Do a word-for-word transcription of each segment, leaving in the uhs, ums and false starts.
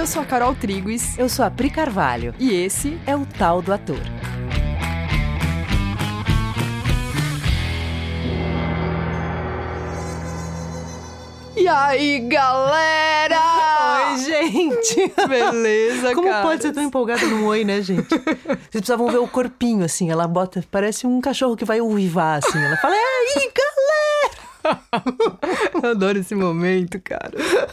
Eu sou a Carol Triguis. Eu sou a Pri Carvalho. E esse é o Tal do Ator. E aí, galera? Oi, gente! Beleza, Como cara? pode ser tão empolgada num oi, né, gente? Vocês precisavam ver o corpinho, assim. Ela bota, parece um cachorro que vai uivar, assim. Ela fala, e aí, galera? Eu adoro esse momento, cara.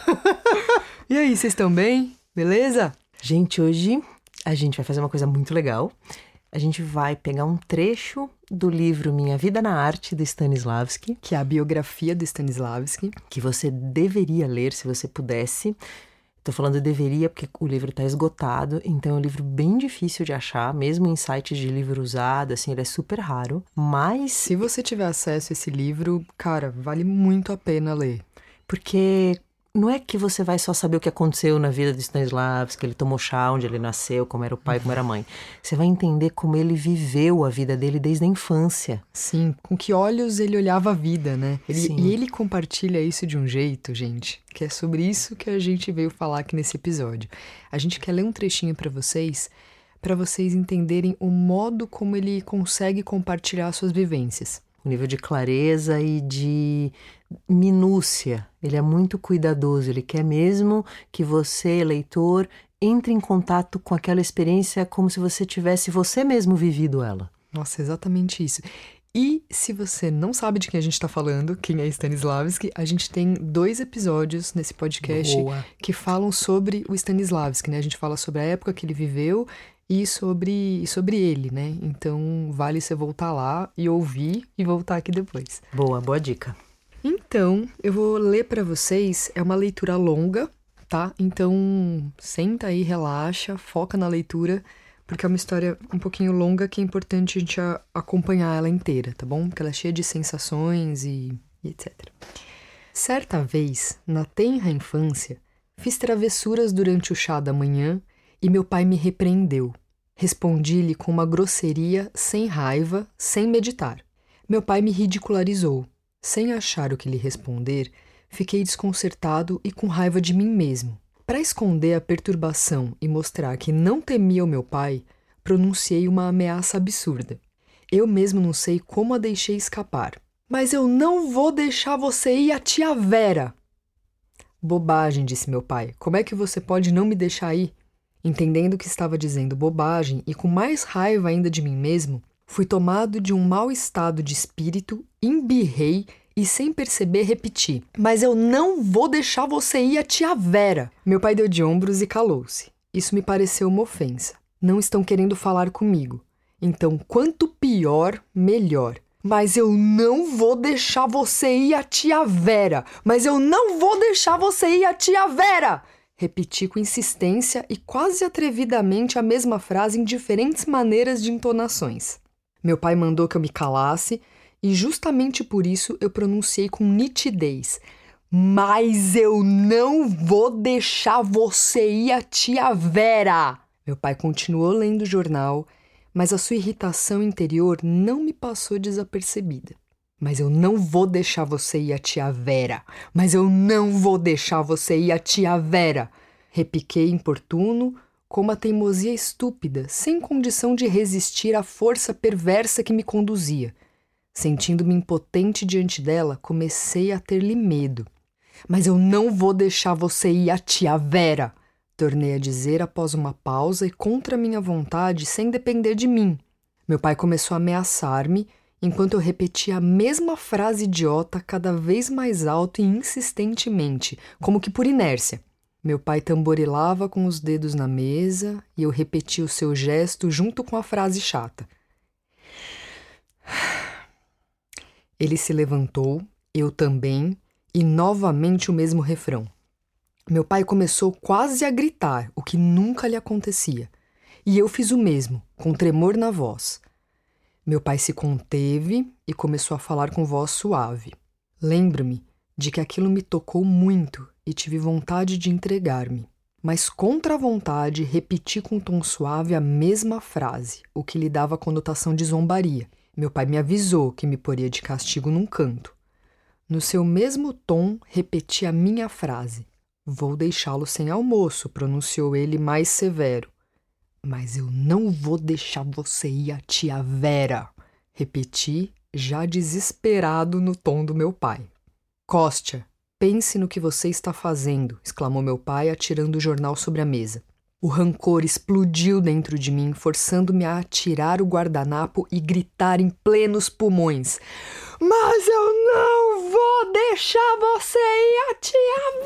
E aí, vocês estão bem? Beleza? Gente, hoje a gente vai fazer uma coisa muito legal. A gente vai pegar um trecho do livro Minha Vida na Arte, do Stanislavski. Que é a biografia do Stanislavski. Que você deveria ler, se você pudesse. Tô falando deveria porque o livro tá esgotado, então é um livro bem difícil de achar, mesmo em sites de livro usado, assim, ele é super raro. Mas... se você tiver acesso a esse livro, cara, vale muito a pena ler. Porque... não é que você vai só saber o que aconteceu na vida de Stanislavski, que ele tomou chá, onde ele nasceu, como era o pai, como era a mãe. Você vai entender como ele viveu a vida dele desde a infância. Sim, com que olhos ele olhava a vida, né? Ele, Sim. E ele compartilha isso de um jeito, gente, que é sobre isso que a gente veio falar aqui nesse episódio. A gente quer ler um trechinho pra vocês, pra vocês entenderem o modo como ele consegue compartilhar suas vivências. Um nível de clareza e de minúcia. Ele é muito cuidadoso, ele quer mesmo que você, leitor, entre em contato com aquela experiência como se você tivesse você mesmo vivido ela. Nossa, exatamente isso. E se você não sabe de quem a gente tá falando, quem é Stanislavski, a gente tem dois episódios nesse podcast Boa. que falam sobre o Stanislavski, né? A gente fala sobre a época que ele viveu e sobre, e sobre ele, né? Então, vale você voltar lá e ouvir e voltar aqui depois. Boa, boa dica. Então, eu vou ler pra vocês, é uma leitura longa, tá? Então, senta aí, relaxa, foca na leitura, porque é uma história um pouquinho longa que é importante a gente a, acompanhar ela inteira, tá bom? Porque ela é cheia de sensações e, e etcétera. Certa vez, na tenra infância, fiz travessuras durante o chá da manhã e meu pai me repreendeu. Respondi-lhe com uma grosseria, sem raiva, sem meditar. Meu pai me ridicularizou. Sem achar o que lhe responder, fiquei desconcertado e com raiva de mim mesmo. Para esconder a perturbação e mostrar que não temia o meu pai, pronunciei uma ameaça absurda. Eu mesmo não sei como a deixei escapar. Mas eu não vou deixar você ir à tia Vera! Bobagem, disse meu pai. Como é que você pode não me deixar ir? Entendendo que estava dizendo bobagem e com mais raiva ainda de mim mesmo, fui tomado de um mau estado de espírito, embirrei e, sem perceber, repeti. Mas eu não vou deixar você ir à tia Vera. Meu pai deu de ombros e calou-se. Isso me pareceu uma ofensa. Não estão querendo falar comigo. Então, quanto pior, melhor. Mas eu não vou deixar você ir à tia Vera. Mas eu não vou deixar você ir à tia Vera. Repeti com insistência e quase atrevidamente a mesma frase em diferentes maneiras de entonações. Meu pai mandou que eu me calasse e justamente por isso eu pronunciei com nitidez. Mas eu não vou deixar você ir à tia Vera! Meu pai continuou lendo o jornal, mas a sua irritação interior não me passou desapercebida. Mas eu não vou deixar você ir à tia Vera. Mas eu não vou deixar você ir à tia Vera. Repiquei importuno, com uma teimosia estúpida, sem condição de resistir à força perversa que me conduzia. Sentindo-me impotente diante dela, comecei a ter-lhe medo. Mas eu não vou deixar você ir à tia Vera, tornei a dizer após uma pausa e contra minha vontade, sem depender de mim. Meu pai começou a ameaçar-me, enquanto eu repetia a mesma frase idiota cada vez mais alto e insistentemente, como que por inércia. Meu pai tamborilava com os dedos na mesa e eu repetia o seu gesto junto com a frase chata. Ele se levantou, eu também, e novamente o mesmo refrão. Meu pai começou quase a gritar, o que nunca lhe acontecia. E eu fiz o mesmo, com tremor na voz. Meu pai se conteve e começou a falar com voz suave. Lembro-me de que aquilo me tocou muito e tive vontade de entregar-me. Mas contra a vontade repeti com tom suave a mesma frase, o que lhe dava conotação de zombaria. Meu pai me avisou que me poria de castigo num canto. No seu mesmo tom, repeti a minha frase. Vou deixá-lo sem almoço, pronunciou ele mais severo. Mas eu não vou deixar você e a tia Vera, repeti, já desesperado no tom do meu pai. Kostya, pense no que você está fazendo, exclamou meu pai, atirando o jornal sobre a mesa. O rancor explodiu dentro de mim, forçando-me a atirar o guardanapo e gritar em plenos pulmões. Mas eu não vou deixar você e a tia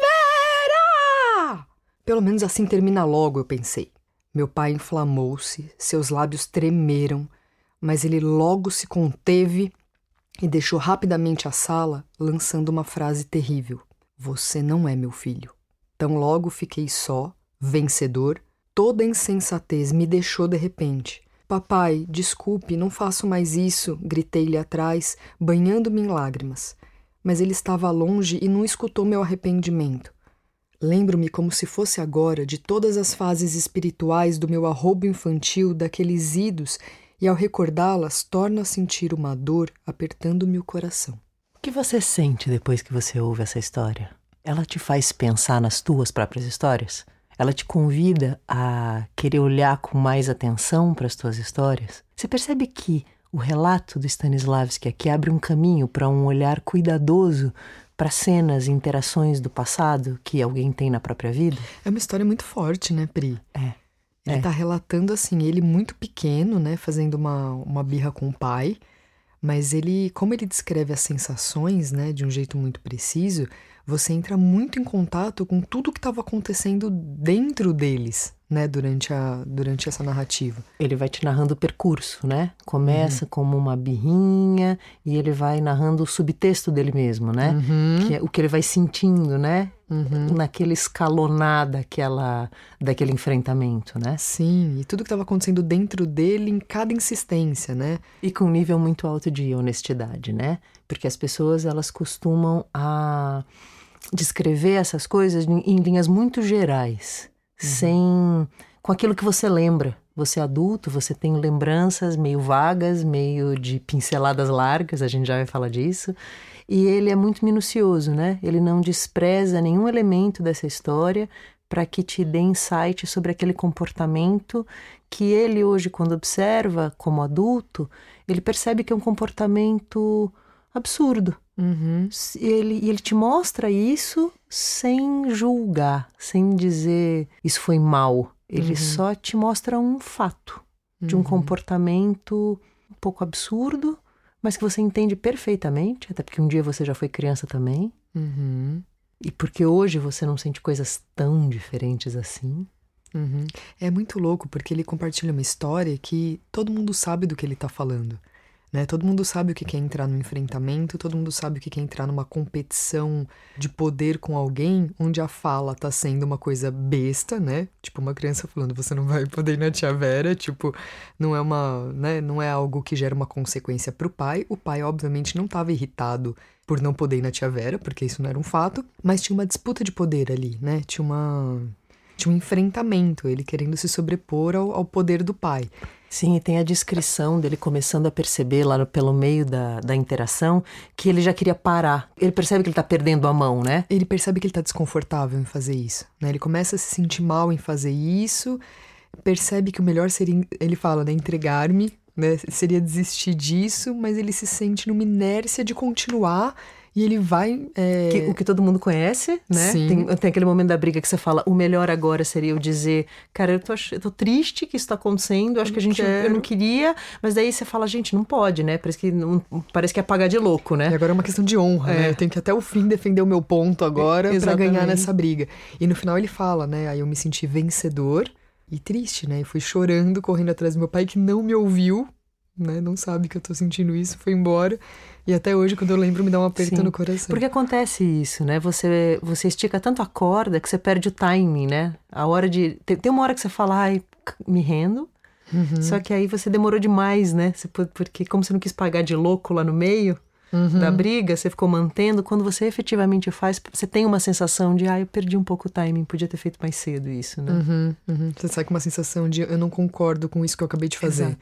Vera! Pelo menos assim termina logo, eu pensei. Meu pai inflamou-se, seus lábios tremeram, mas ele logo se conteve e deixou rapidamente a sala, lançando uma frase terrível. Você não é meu filho. Tão logo fiquei só, vencedor, toda a insensatez me deixou de repente. Papai, desculpe, não faço mais isso, gritei-lhe atrás, banhando-me em lágrimas. Mas ele estava longe e não escutou meu arrependimento. Lembro-me como se fosse agora de todas as fases espirituais do meu arrobo infantil, daqueles idos, e ao recordá-las, torno a sentir uma dor apertando-me o coração. O que você sente depois que você ouve essa história? Ela te faz pensar nas tuas próprias histórias? Ela te convida a querer olhar com mais atenção para as tuas histórias? Você percebe que o relato do Stanislavski aqui abre um caminho para um olhar cuidadoso para cenas e interações do passado que alguém tem na própria vida? É uma história muito forte, né, Pri? É. Ele está é. relatando, assim, ele muito pequeno, né, fazendo uma, uma birra com o pai, mas ele, como ele descreve as sensações, né, de um jeito muito preciso, você entra muito em contato com tudo que estava acontecendo dentro deles, né, durante, a, durante essa narrativa. Ele vai te narrando o percurso, né? Começa uhum. como uma birrinha e ele vai narrando o subtexto dele mesmo, né? Uhum. Que é o que ele vai sentindo, né? Uhum. Naquele escalonar daquela, daquele enfrentamento, né? Sim, e tudo que estava acontecendo dentro dele em cada insistência, né? E com um nível muito alto de honestidade, né? Porque as pessoas, elas costumam a descrever essas coisas em, em linhas muito gerais, uhum. sem, com aquilo que você lembra. Você é adulto, você tem lembranças meio vagas, meio de pinceladas largas, a gente já vai falar disso. E ele é muito minucioso, né? Ele não despreza nenhum elemento dessa história para que te dê insight sobre aquele comportamento que ele hoje, quando observa como adulto, ele percebe que é um comportamento absurdo. Uhum. E ele, ele te mostra isso sem julgar, sem dizer isso foi mal. Ele uhum. só te mostra um fato de um uhum. comportamento um pouco absurdo, mas que você entende perfeitamente, até porque um dia você já foi criança também. Uhum. E porque hoje você não sente coisas tão diferentes assim. Uhum. É muito louco, porque ele compartilha uma história que todo mundo sabe do que ele está falando. Né? Todo mundo sabe o que é entrar no enfrentamento, todo mundo sabe o que é entrar numa competição de poder com alguém, onde a fala tá sendo uma coisa besta, né? Tipo, uma criança falando, você não vai poder ir na tia Vera, tipo, não é uma, né? Não é algo que gera uma consequência pro pai. O pai, obviamente, não estava irritado por não poder ir na tia Vera, porque isso não era um fato, mas tinha uma disputa de poder ali, né? Tinha uma... Tinha um enfrentamento, ele querendo se sobrepor ao, ao poder do pai. Sim, e tem a descrição dele começando a perceber lá no, pelo meio da, da interação que ele já queria parar. Ele percebe que ele tá perdendo a mão, né? Ele percebe que ele tá desconfortável em fazer isso, né? Ele começa a se sentir mal em fazer isso, percebe que o melhor seria, ele fala, né, entregar-me, né? Seria desistir disso, mas ele se sente numa inércia de continuar. E ele vai... É... Que, o que todo mundo conhece, né? Sim. Tem, tem aquele momento da briga que você fala, o melhor agora seria eu dizer, cara, eu tô, eu tô triste que isso tá acontecendo, acho eu que a gente eu não queria, mas daí você fala, gente, não pode, né? Parece que, não, parece que é pagar de louco, né? E agora é uma questão de honra, é. né? Eu tenho que até o fim defender o meu ponto agora é, pra ganhar nessa briga. E no final ele fala, né? Aí eu me senti vencedor e triste, né? Eu fui chorando, correndo atrás do meu pai, que não me ouviu, né? Não sabe que eu tô sentindo isso, foi embora. E até hoje, quando eu lembro, me dá um aperto Sim, no coração. Porque acontece isso, né? Você, você estica tanto a corda que você perde o timing, né? A hora de... Tem, tem uma hora que você fala, ai, me rendo. Uhum. Só que aí você demorou demais, né? Você, porque como você não quis pagar de louco lá no meio uhum. da briga, você ficou mantendo. Quando você efetivamente faz, você tem uma sensação de, ai, eu perdi um pouco o timing, podia ter feito mais cedo isso, né? Uhum, uhum. Você sai com uma sensação de, eu não concordo com isso que eu acabei de fazer. Exato.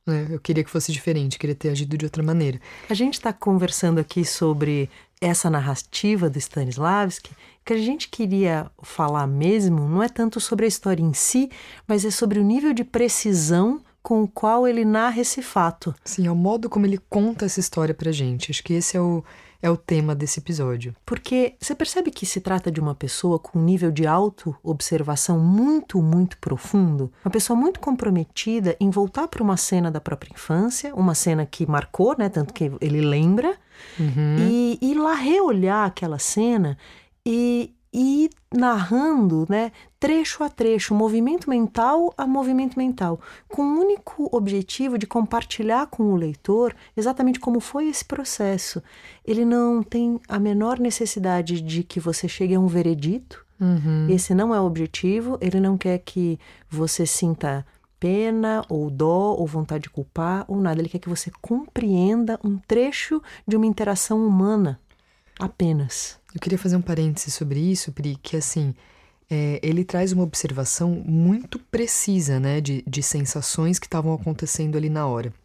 né? Eu queria que fosse diferente, queria ter agido de outra maneira. A gente está conversando aqui sobre essa narrativa do Stanislavski, que a gente queria falar mesmo não é tanto sobre a história em si, mas é sobre o nível de precisão com o qual ele narra esse fato. Sim, é o modo como ele conta essa história pra gente. Acho que esse é o, é o tema desse episódio. Porque você percebe que se trata de uma pessoa com um nível de auto-observação muito, muito profundo. Uma pessoa muito comprometida em voltar para uma cena da própria infância, uma cena que marcou, né? Tanto que ele lembra. Uhum. E ir lá reolhar aquela cena e... e ir narrando, né, trecho a trecho, movimento mental a movimento mental, com o único objetivo de compartilhar com o leitor exatamente como foi esse processo. Ele não tem a menor necessidade de que você chegue a um veredito. Uhum. Esse não é o objetivo. Ele não quer que você sinta pena ou dó ou vontade de culpar ou nada. Ele quer que você compreenda um trecho de uma interação humana apenas. Eu queria fazer um parêntese sobre isso, Pri, que assim, é, ele traz uma observação muito precisa, né, de, de sensações que estavam acontecendo ali na hora.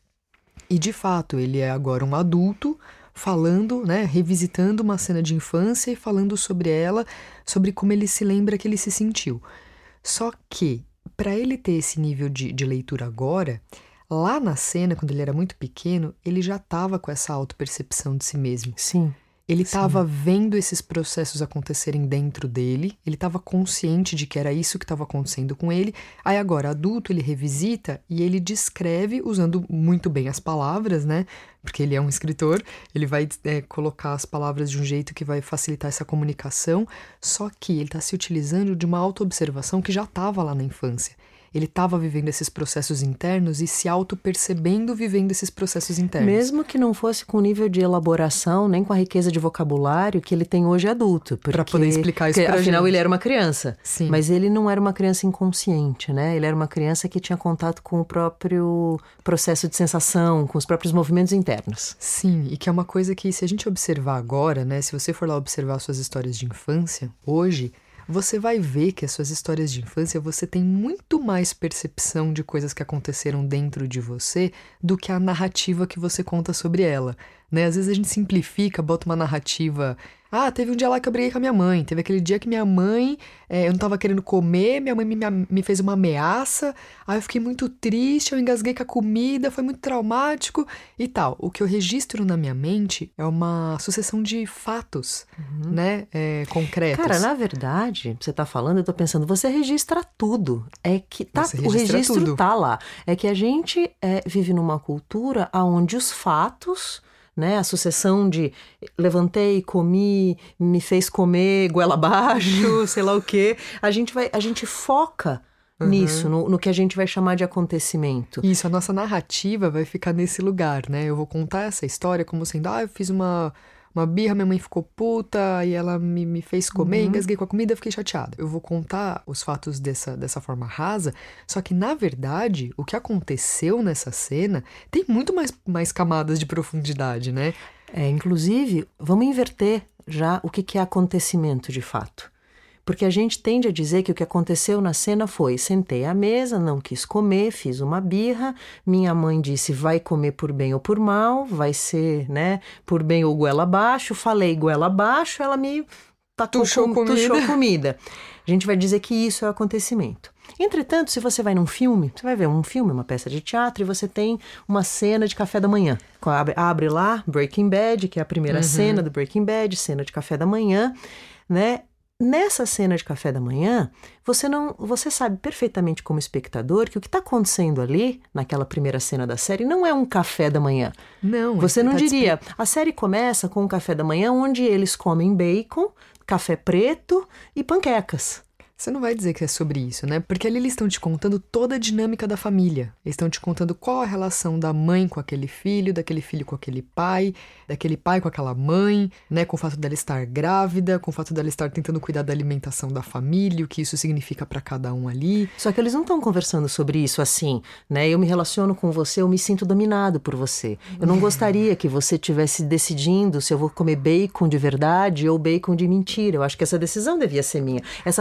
E de fato, ele é agora um adulto falando, né, revisitando uma cena de infância e falando sobre ela, sobre como ele se lembra que ele se sentiu. Só que, para ele ter esse nível de, de leitura agora, lá na cena, quando ele era muito pequeno, ele já estava com essa autopercepção de si mesmo. Sim. Ele estava vendo esses processos acontecerem dentro dele, ele estava consciente de que era isso que estava acontecendo com ele. Aí agora, adulto, ele revisita e ele descreve, usando muito bem as palavras, né? Porque ele é um escritor, ele vai é, colocar as palavras de um jeito que vai facilitar essa comunicação, só que ele está se utilizando de uma autoobservação que já estava lá na infância. Ele estava vivendo esses processos internos e se auto-percebendo vivendo esses processos internos. Mesmo que não fosse com o nível de elaboração, nem com a riqueza de vocabulário que ele tem hoje adulto. Para poder explicar isso porque, pra afinal, gente. Ele era uma criança. Sim. Mas ele não era uma criança inconsciente, né? Ele era uma criança que tinha contato com o próprio processo de sensação, com os próprios movimentos internos. Sim, e que é uma coisa que, se a gente observar agora, né? Se você for lá observar suas histórias de infância, hoje... você vai ver que as suas histórias de infância, você tem muito mais percepção de coisas que aconteceram dentro de você do que a narrativa que você conta sobre ela, né? Às vezes a gente simplifica, bota uma narrativa... ah, teve um dia lá que eu briguei com a minha mãe, teve aquele dia que minha mãe, é, eu não tava querendo comer, minha mãe me, me fez uma ameaça, aí eu fiquei muito triste, eu engasguei com a comida, foi muito traumático e tal. O que eu registro na minha mente é uma sucessão de fatos, uhum. né, é, concretos. Cara, na verdade, você tá falando, eu tô pensando, você registra tudo. É que tá, o registro tudo. Tá lá. É que a gente é, vive numa cultura onde os fatos... né? A sucessão de levantei, comi, me fez comer, goela abaixo, sei lá o quê. A gente, vai, a gente foca uhum. nisso, no, no que a gente vai chamar de acontecimento. Isso, a nossa narrativa vai ficar nesse lugar, né? Eu vou contar essa história como sendo, ah, eu fiz uma... uma birra, minha mãe ficou puta e ela me, me fez comer, uhum. engasguei com a comida, fiquei chateada. Eu vou contar os fatos dessa, dessa forma rasa, só que, na verdade, o que aconteceu nessa cena tem muito mais, mais camadas de profundidade, né? É, inclusive, vamos inverter já o que, que é acontecimento de fato. Porque a gente tende a dizer que o que aconteceu na cena foi, sentei à mesa, não quis comer, fiz uma birra, minha mãe disse vai comer por bem ou por mal, vai ser, né, por bem ou goela abaixo, falei goela abaixo, ela me tacou, tuchou, com, comida. tuchou comida. A gente vai dizer que isso é o acontecimento. Entretanto, se você vai num filme, você vai ver um filme, uma peça de teatro, e você tem uma cena de café da manhã. Abre, abre lá, Breaking Bad, que é a primeira uhum. cena do Breaking Bad, cena de café da manhã, né? Nessa cena de café da manhã, você não, você sabe perfeitamente como espectador que o que está acontecendo ali, naquela primeira cena da série, não é um café da manhã. Não. Você não tá diria. despe... A série começa com um café da manhã onde eles comem bacon, café preto e panquecas. Você não vai dizer que é sobre isso, né? Porque ali eles estão te contando toda a dinâmica da família. Eles estão te contando qual a relação da mãe com aquele filho, daquele filho com aquele pai, daquele pai com aquela mãe, né? Com o fato dela estar grávida, com o fato dela estar tentando cuidar da alimentação da família, o que isso significa para cada um ali. Só que eles não estão conversando sobre isso assim, né? Eu me relaciono com você, eu me sinto dominado por você. Eu não gostaria que você estivesse decidindo se eu vou comer bacon de verdade ou bacon de mentira. Eu acho que essa decisão devia ser minha. Essa fala não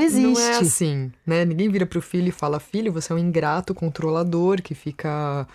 existe. Não é assim, né? Ninguém vira pro filho e fala, filho, você é um ingrato controlador que fica...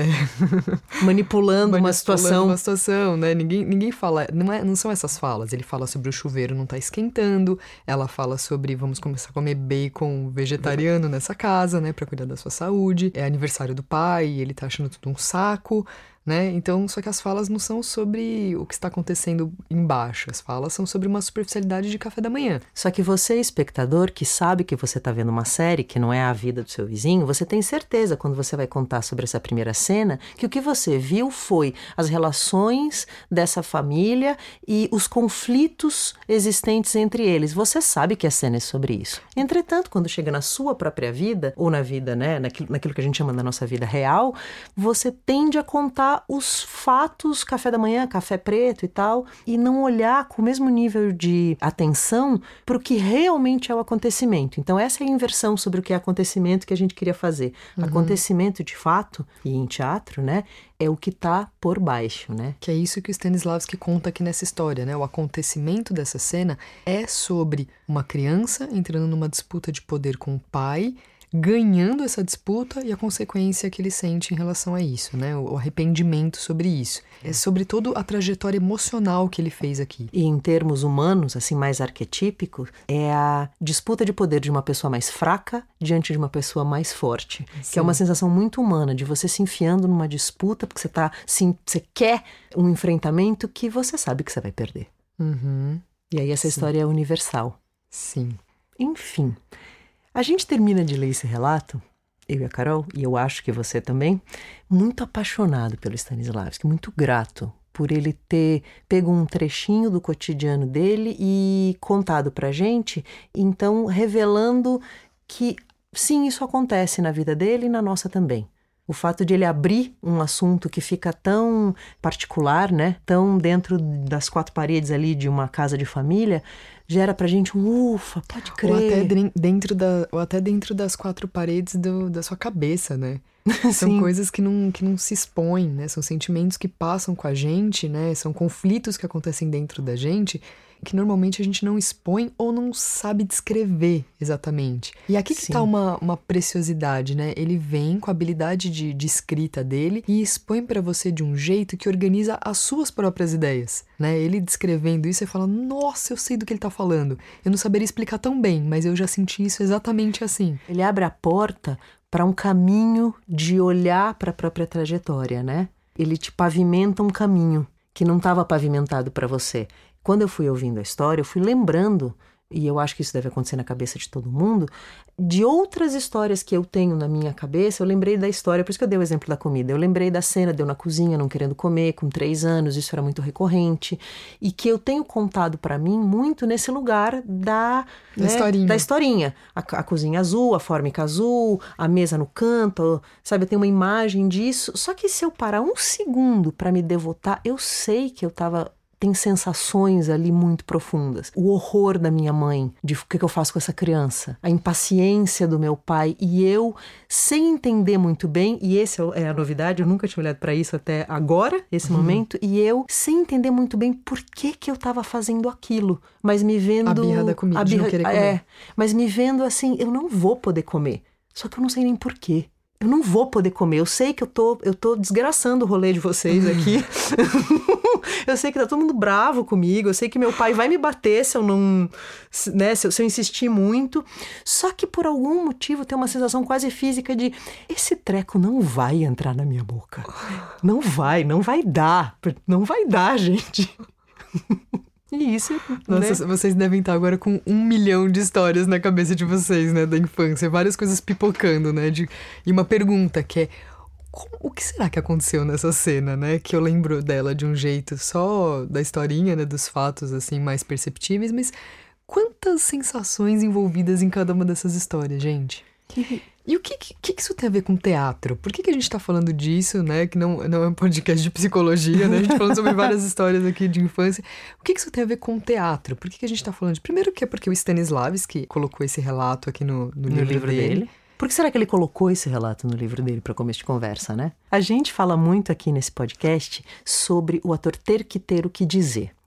É... manipulando uma situação. uma situação, né? Ninguém, ninguém fala... Não, é, não são essas falas. Ele fala sobre o chuveiro não tá esquentando. Ela fala sobre vamos começar a comer bacon vegetariano nessa casa, né? Pra cuidar da sua saúde. É aniversário do pai, ele tá achando tudo um saco, né? Então, só que as falas não são sobre o que está acontecendo embaixo. As falas são sobre uma superficialidade de café da manhã. Só que você, espectador, que sabe que você está vendo uma série que não é a vida do seu vizinho, você tem certeza, quando você vai contar sobre essa primeira cena, que o que você viu foi as relações dessa família e os conflitos existentes entre eles. Você sabe que a cena é sobre isso. Entretanto, quando chega na sua própria vida, ou na vida, né, naquilo, naquilo que a gente chama da nossa vida real, você tende a contar os fatos, café da manhã, café preto e tal, e não olhar com o mesmo nível de atenção para o que realmente é o acontecimento. Então essa é a inversão sobre o que é acontecimento que a gente queria fazer. Uhum. Acontecimento de fato, e em teatro, né, é o que está por baixo, né? Que é isso que o Stanislavski conta aqui nessa história, né? O acontecimento dessa cena é sobre uma criança entrando numa disputa de poder com o pai, ganhando essa disputa e a consequência que ele sente em relação a isso, né? O arrependimento sobre isso. É sobre toda a trajetória emocional que ele fez aqui. E em termos humanos, assim, mais arquetípicos, é a disputa de poder de uma pessoa mais fraca diante de uma pessoa mais forte. Sim. Que é uma sensação muito humana de você se enfiando numa disputa porque você tá, sim, você quer um enfrentamento que você sabe que você vai perder. Uhum. E aí essa Sim. história é universal. Sim. Enfim... A gente termina de ler esse relato, eu e a Carol, e eu acho que você também, muito apaixonado pelo Stanislavski, muito grato por ele ter pego um trechinho do cotidiano dele e contado pra gente, então revelando que sim, isso acontece na vida dele e na nossa também. O fato de ele abrir um assunto que fica tão particular, né? Tão dentro das quatro paredes ali de uma casa de família, gera pra gente um ufa, pode crer. Ou até dentro, da, ou até dentro das quatro paredes do, da sua cabeça, né? São coisas que não, que não se expõem, né? São sentimentos que passam com a gente, né? São conflitos que acontecem dentro da gente que normalmente a gente não expõe ou não sabe descrever exatamente. E aqui que tá uma, uma preciosidade, né? Ele vem com a habilidade de, de escrita dele e expõe pra você de um jeito que organiza as suas próprias ideias, né? Ele descrevendo isso, você fala, nossa, eu sei do que ele tá falando. Eu não saberia explicar tão bem, mas eu já senti isso exatamente assim. Ele abre a porta para um caminho de olhar para a própria trajetória, né? Ele te pavimenta um caminho que não estava pavimentado para você. Quando eu fui ouvindo a história, eu fui lembrando, e eu acho que isso deve acontecer na cabeça de todo mundo, de outras histórias que eu tenho na minha cabeça. Eu lembrei da história, por isso que eu dei o exemplo da comida. Eu lembrei da cena de eu na cozinha, não querendo comer, com três anos, isso era muito recorrente. E que eu tenho contado para mim muito nesse lugar da, da né, historinha. Da historinha. A, a cozinha azul, a fórmica azul, a mesa no canto, sabe? Eu tenho uma imagem disso. Só que se eu parar um segundo para me devotar, eu sei que eu tava... Tem sensações ali muito profundas. O horror da minha mãe, de o que eu faço com essa criança. A impaciência do meu pai. E eu, sem entender muito bem, e essa é a novidade, eu nunca tinha olhado para isso até agora, esse uhum. momento, e eu, sem entender muito bem por que que eu estava fazendo aquilo. Mas me vendo... A birra da comida, a birra, de não querer comer. É, mas me vendo assim, eu não vou poder comer. Só que eu não sei nem por quê. Eu não vou poder comer. Eu sei que eu tô, eu tô desgraçando o rolê de vocês aqui. Eu sei que tá todo mundo bravo comigo. Eu sei que meu pai vai me bater se eu não... Né, se eu, se eu insistir muito. Só que por algum motivo tem uma sensação quase física de... Esse treco não vai entrar na minha boca. Não vai, não vai dar. Não vai dar, gente. E isso, Nossa, né? Vocês devem estar agora com um milhão de histórias na cabeça de vocês, né? Da infância. Várias coisas pipocando, né? De... E uma pergunta que é... Como, o que será que aconteceu nessa cena, né? Que eu lembro dela de um jeito só da historinha, né? Dos fatos, assim, mais perceptíveis. Mas quantas sensações envolvidas em cada uma dessas histórias, gente? E o que, que, que isso tem a ver com teatro? Por que, que a gente tá falando disso, né? Que não, não é um podcast de psicologia, né? A gente tá falando sobre várias histórias aqui de infância. O que, que isso tem a ver com teatro? Por que, que a gente tá falando de... Primeiro que é porque o Stanislavski colocou esse relato aqui no, no, no livro, livro dele. dele. Por que será que ele colocou esse relato no livro dele para começo de conversa, né? A gente fala muito aqui nesse podcast sobre o ator ter que ter o que dizer.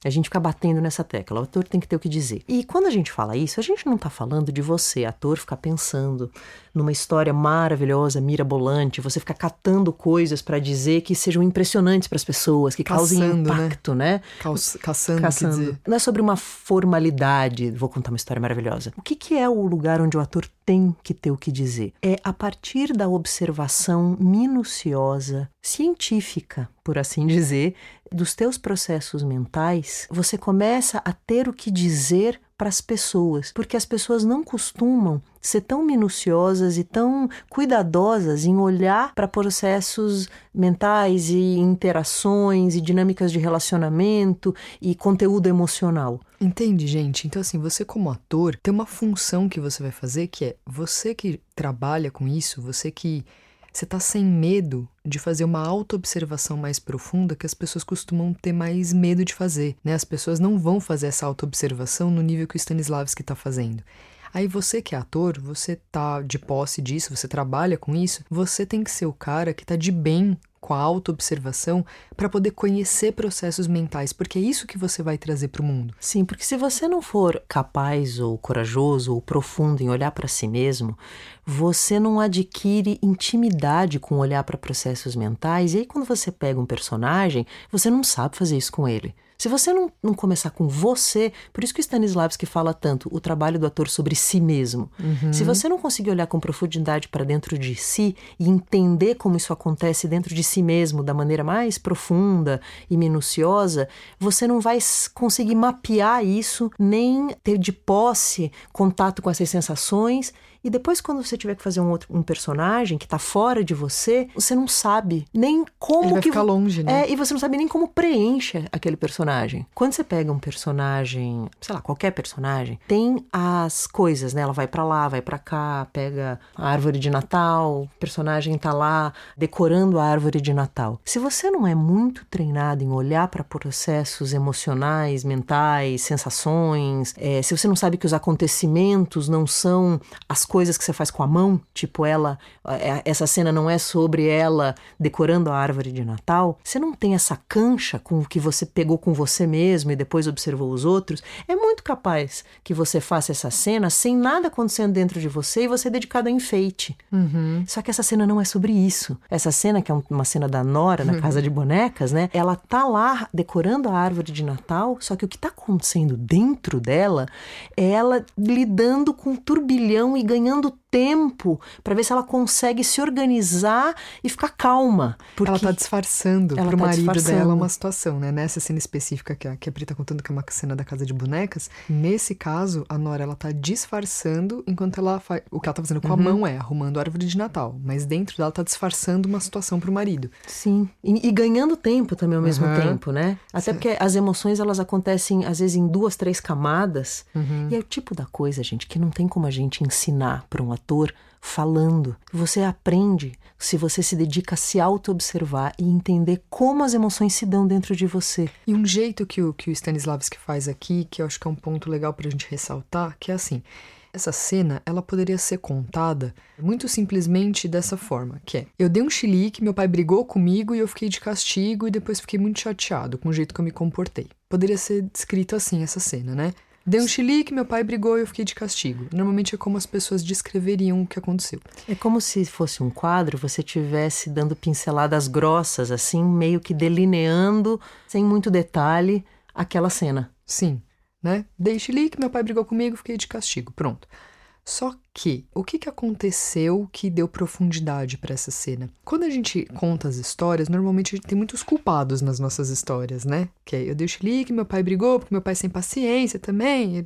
A gente fica batendo nessa tecla, o ator tem que ter o que dizer. E quando a gente fala isso, a gente não está falando de você, ator, ficar pensando numa história maravilhosa, mirabolante, você ficar catando coisas para dizer que sejam impressionantes para as pessoas, que causem Caçando, impacto, né? né? Caus, caçando, caçando. Quer dizer. Não é sobre uma formalidade, vou contar uma história maravilhosa. O que, que é o lugar onde o ator tem que ter o que dizer? É a partir da observação minuciosa, científica, por assim dizer, dos teus processos mentais, você começa a ter o que dizer para as pessoas, porque as pessoas não costumam ser tão minuciosas e tão cuidadosas em olhar para processos mentais e interações e dinâmicas de relacionamento e conteúdo emocional. Entende, gente? Então, assim, você como ator, tem uma função que você vai fazer que é você que trabalha com isso, você que você tá sem medo de fazer uma auto-observação mais profunda que as pessoas costumam ter mais medo de fazer, né? As pessoas não vão fazer essa auto-observação no nível que o Stanislavski tá fazendo. Aí você que é ator, você tá de posse disso, você trabalha com isso, você tem que ser o cara que tá de bem com a auto-observação para poder conhecer processos mentais, porque é isso que você vai trazer para o mundo. Sim, porque se você não for capaz ou corajoso ou profundo em olhar para si mesmo, você não adquire intimidade com olhar para processos mentais, e aí quando você pega um personagem, você não sabe fazer isso com ele. Se você não, não começar com você, por isso que o Stanislavski fala tanto, o trabalho do ator sobre si mesmo. Uhum. Se você não conseguir olhar com profundidade para dentro de si e entender como isso acontece dentro de si mesmo, da maneira mais profunda e minuciosa, você não vai conseguir mapear isso, nem ter de posse contato com essas sensações. E depois, quando você tiver que fazer um, outro, um personagem que está fora de você, você não sabe nem como... Ele vai que ficar longe, né? É, e você não sabe nem como preenche aquele personagem. Quando você pega um personagem, sei lá, qualquer personagem, tem as coisas, né? Ela vai pra lá, vai pra cá, pega a árvore de Natal, o personagem tá lá decorando a árvore de Natal. Se você não é muito treinado em olhar para processos emocionais, mentais, sensações, é, se você não sabe que os acontecimentos não são as coisas que você faz com a mão, tipo ela, essa cena não é sobre ela decorando a árvore de Natal, você não tem essa cancha com o que você pegou com você mesmo e depois observou os outros, é muito capaz que você faça essa cena sem nada acontecendo dentro de você e você dedicado a enfeite. Uhum. Só que essa cena não é sobre isso. Essa cena, que é uma cena da Nora na Casa de Bonecas, né? Ela tá lá decorando a árvore de Natal, só que o que tá acontecendo dentro dela é ela lidando com um turbilhão e ganhando tempo para ver se ela consegue se organizar e ficar calma. Porque ela tá disfarçando ela pro tá marido disfarçando. dela uma situação, né? Nessa cena específica que a, que a Pri tá contando, que é uma cena da Casa de Bonecas, nesse caso, a Nora, ela tá disfarçando enquanto ela faz... O que ela tá fazendo com uhum. a mão é arrumando a árvore de Natal, mas dentro dela tá disfarçando uma situação pro marido. Sim, e, e ganhando tempo também ao mesmo uhum. tempo, né? Até certo. Porque as emoções, elas acontecem às vezes em duas, três camadas, uhum. e é o tipo da coisa, gente, que não tem como a gente ensinar para um ator falando. Você aprende se você se dedica a se auto-observar e entender como as emoções se dão dentro de você. E um jeito que o, que o Stanislavski faz aqui, que eu acho que é um ponto legal pra gente ressaltar, que é assim, essa cena, ela poderia ser contada muito simplesmente dessa forma, que é, eu dei um chilique, meu pai brigou comigo e eu fiquei de castigo e depois fiquei muito chateado com o jeito que eu me comportei. Poderia ser descrito assim, essa cena, né? Dei um chilique, meu pai brigou e eu fiquei de castigo. Normalmente é como as pessoas descreveriam o que aconteceu. É como se fosse um quadro, você estivesse dando pinceladas grossas, assim, meio que delineando, sem muito detalhe, aquela cena. Sim, né? Dei chilique, meu pai brigou comigo, fiquei de castigo. Pronto. Só que, o que, que aconteceu que deu profundidade para essa cena? Quando a gente conta as histórias, normalmente a gente tem muitos culpados nas nossas histórias, né? Que é, eu dei o chilique, meu pai brigou, porque meu pai é sem paciência também.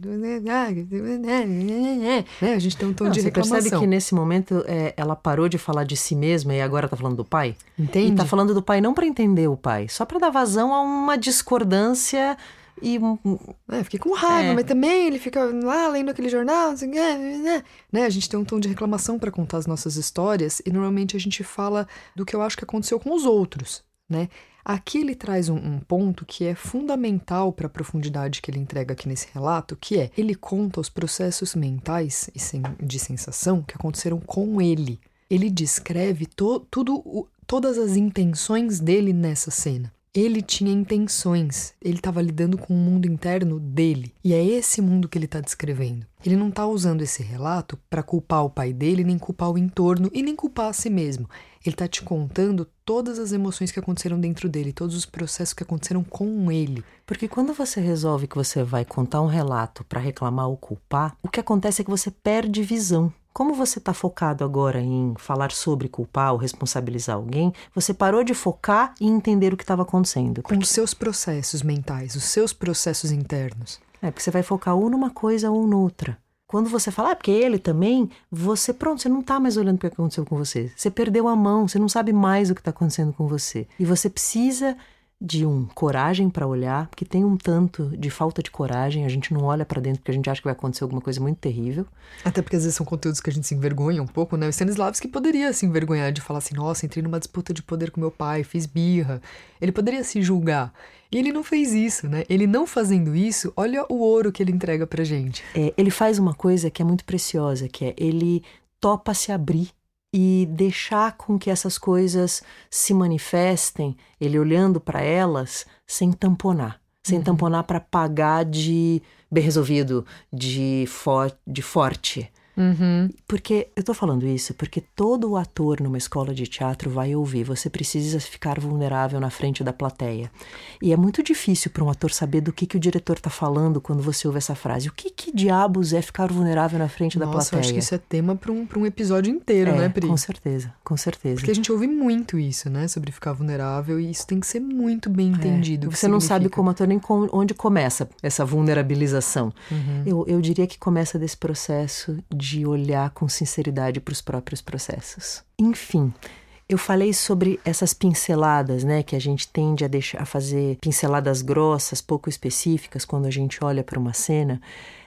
Né? A gente tem um tom Não, de você reclamação. Você percebe que nesse momento é, ela parou de falar de si mesma e agora tá falando do pai? Entende? E tá falando do pai não para entender o pai, só para dar vazão a uma discordância. E... É, fiquei com raiva, é. mas também ele fica lá lendo aquele jornal, assim, né? né? A gente tem um tom de reclamação para contar as nossas histórias e normalmente a gente fala do que eu acho que aconteceu com os outros, né? Aqui ele traz um, um ponto que é fundamental para a profundidade que ele entrega aqui nesse relato, que é, ele conta os processos mentais e sen- de sensação que aconteceram com ele. Ele descreve to- tudo, o, todas as intenções dele nessa cena. Ele tinha intenções, ele estava lidando com o mundo interno dele. E é esse mundo que ele está descrevendo. Ele não está usando esse relato para culpar o pai dele, nem culpar o entorno e nem culpar a si mesmo. Ele está te contando todas as emoções que aconteceram dentro dele, todos os processos que aconteceram com ele. Porque quando você resolve que você vai contar um relato para reclamar ou culpar, o que acontece é que você perde visão. Como você está focado agora em falar sobre culpar ou responsabilizar alguém, você parou de focar e entender o que estava acontecendo. Com os seus processos mentais, os seus processos internos. É, porque você vai focar ou numa coisa ou noutra. Quando você fala, ah, porque ele também, você, pronto, você não está mais olhando para o que aconteceu com você. Você perdeu a mão, você não sabe mais o que está acontecendo com você. E você precisa de um coragem para olhar, porque tem um tanto de falta de coragem, a gente não olha para dentro porque a gente acha que vai acontecer alguma coisa muito terrível. Até porque às vezes são conteúdos que a gente se envergonha um pouco, né? O Stanislavski poderia se envergonhar de falar assim, nossa, entrei numa disputa de poder com meu pai, fiz birra. Ele poderia se julgar. E ele não fez isso, né? Ele não fazendo isso, olha o ouro que ele entrega pra gente. É, ele faz uma coisa que é muito preciosa, que é ele topa se abrir e deixar com que essas coisas se manifestem, ele olhando para elas sem tamponar. Sem uhum. tamponar para pagar de bem resolvido, de, for, de forte. Uhum. Porque eu tô falando isso porque todo ator numa escola de teatro vai ouvir, você precisa ficar vulnerável na frente da plateia. E é muito difícil para um ator saber do que, que o diretor tá falando quando você ouve essa frase. O que, que diabos é ficar vulnerável na frente Nossa, da plateia? Eu acho que isso é tema para um, para um episódio inteiro, é, né, Pri? Com certeza, com certeza. Porque a gente ouve muito isso, né, sobre ficar vulnerável, e isso tem que ser muito bem entendido. É. Você não sabe como ator nem com, onde começa essa vulnerabilização. Uhum. Eu, eu diria que começa desse processo de de olhar com sinceridade para os próprios processos. Enfim, eu falei sobre essas pinceladas, né, que a gente tende a, deixar, a fazer pinceladas grossas, pouco específicas, quando a gente olha para uma cena.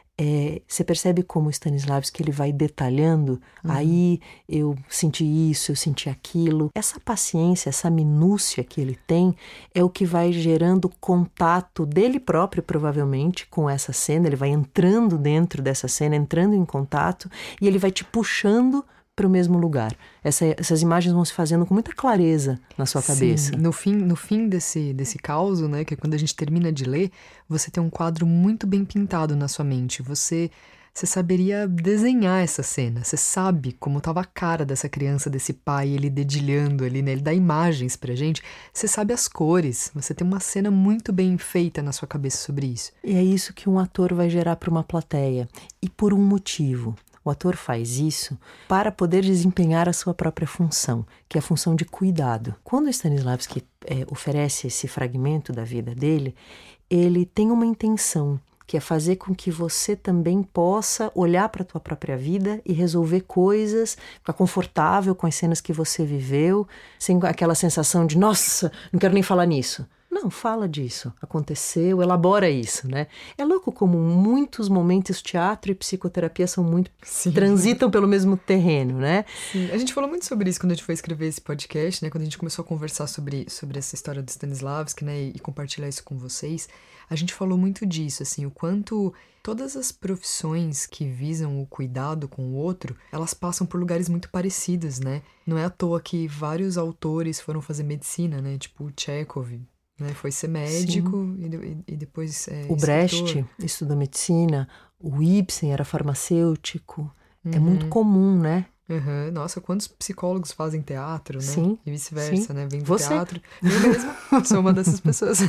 É, você percebe como o Stanislavski ele vai detalhando, uhum. aí eu senti isso, eu senti aquilo. Essa paciência, essa minúcia que ele tem é o que vai gerando contato dele próprio, provavelmente, com essa cena. Ele vai entrando dentro dessa cena, entrando em contato, e ele vai te puxando para o mesmo lugar. Essa, essas imagens vão se fazendo com muita clareza na sua cabeça. Sim, no fim, no fim desse, desse caos, né, que é quando a gente termina de ler, você tem um quadro muito bem pintado na sua mente. Você, você saberia desenhar essa cena. Você sabe como estava a cara dessa criança, desse pai, ele dedilhando ali, né? Ele dá imagens pra gente. Você sabe as cores. Você tem uma cena muito bem feita na sua cabeça sobre isso. E é isso que um ator vai gerar para uma plateia. E por um motivo. O ator faz isso para poder desempenhar a sua própria função, que é a função de cuidado. Quando o Stanislavski é, oferece esse fragmento da vida dele, ele tem uma intenção, que é fazer com que você também possa olhar para a tua própria vida e resolver coisas, ficar confortável com as cenas que você viveu, sem aquela sensação de, nossa, não quero nem falar nisso. Não, fala disso, aconteceu, elabora isso, né? É louco como muitos momentos teatro e psicoterapia são muito... Sim. transitam pelo mesmo terreno, né? Sim, a gente falou muito sobre isso quando a gente foi escrever esse podcast, né? Quando a gente começou a conversar sobre, sobre essa história do Stanislavski, né? E, e compartilhar isso com vocês, a gente falou muito disso, assim, o quanto todas as profissões que visam o cuidado com o outro, elas passam por lugares muito parecidos, né? Não é à toa que vários autores foram fazer medicina, né? Tipo o Chekhov, né? Foi ser médico e, e, e depois é, o escritor. Brecht estudou medicina, o Ibsen era farmacêutico. Uhum. É muito comum, né? Uhum. Nossa, quantos psicólogos fazem teatro, né? Sim, e vice-versa, sim. né? Vem do Você? teatro. Eu mesma sou uma dessas pessoas.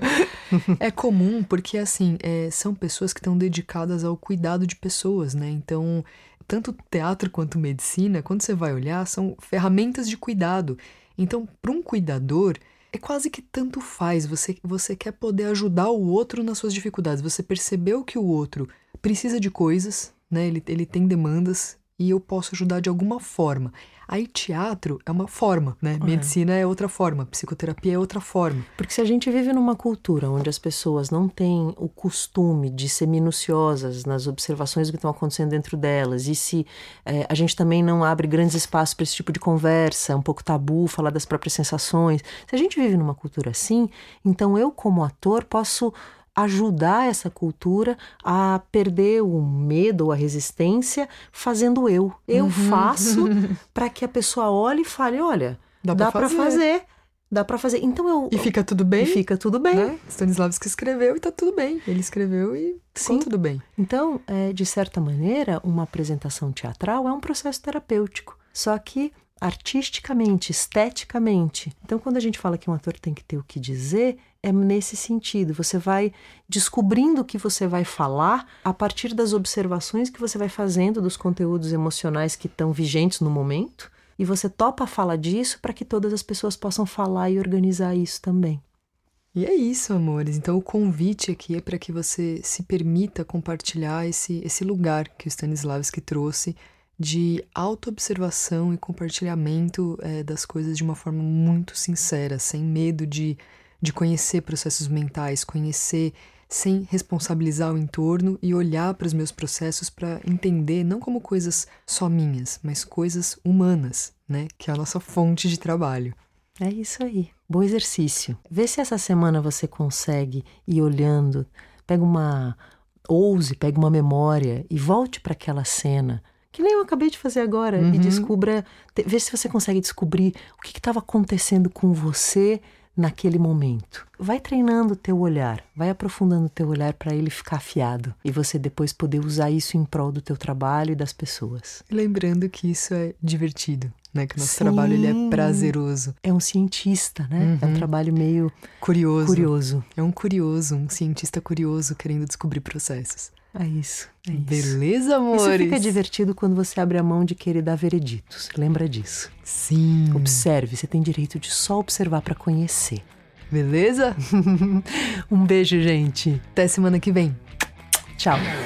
É comum porque, assim, é, são pessoas que estão dedicadas ao cuidado de pessoas, né? Então, tanto teatro quanto medicina, quando você vai olhar, são ferramentas de cuidado. Então, para um cuidador, é quase que tanto faz. Você, você quer poder ajudar o outro nas suas dificuldades. Você percebeu que o outro precisa de coisas, né? Ele, ele tem demandas e eu posso ajudar de alguma forma. Aí teatro é uma forma, né? É. Medicina é outra forma, psicoterapia é outra forma. Porque se a gente vive numa cultura onde as pessoas não têm o costume de ser minuciosas nas observações do que estão acontecendo dentro delas, e se é, a gente também não abre grandes espaços para esse tipo de conversa, é um pouco tabu falar das próprias sensações, se a gente vive numa cultura assim, então eu como ator posso ajudar essa cultura a perder o medo ou a resistência fazendo eu. Eu uhum. faço para que a pessoa olhe e fale, olha, dá, dá para fazer. fazer, dá pra fazer. Então eu... E fica tudo bem? E fica tudo bem. Né? Stanislavski escreveu e tá tudo bem. Ele escreveu e ficou tudo bem. Então, é, de certa maneira, uma apresentação teatral é um processo terapêutico. Só que artisticamente, esteticamente. Então, quando a gente fala que um ator tem que ter o que dizer, é nesse sentido. Você vai descobrindo o que você vai falar a partir das observações que você vai fazendo dos conteúdos emocionais que estão vigentes no momento, e você topa a fala disso para que todas as pessoas possam falar e organizar isso também. E é isso, amores. Então, o convite aqui é para que você se permita compartilhar esse, esse lugar que o Stanislavski trouxe de autoobservação e compartilhamento é, das coisas de uma forma muito sincera, sem medo de, de conhecer processos mentais, conhecer sem responsabilizar o entorno e olhar para os meus processos para entender, não como coisas só minhas, mas coisas humanas, né? Que é a nossa fonte de trabalho. É isso aí. Bom exercício. Vê se essa semana você consegue ir olhando, pega uma... ouse, pega uma memória e volte para aquela cena, que nem eu acabei de fazer agora, uhum. e descubra, vê se você consegue descobrir o que estava acontecendo com você naquele momento. Vai treinando o teu olhar, vai aprofundando o teu olhar para ele ficar afiado e você depois poder usar isso em prol do teu trabalho e das pessoas. Lembrando que isso é divertido, né? Que o nosso Sim. trabalho ele é prazeroso. É um cientista, né? Uhum. É um trabalho meio curioso. curioso. É um curioso, um cientista curioso querendo descobrir processos. É isso, é isso. Beleza, amores? Isso fica divertido quando você abre a mão de querer dar vereditos. Lembra disso? Sim. Observe, você tem direito de só observar para conhecer. Beleza? Um beijo, gente. Até semana que vem. Tchau.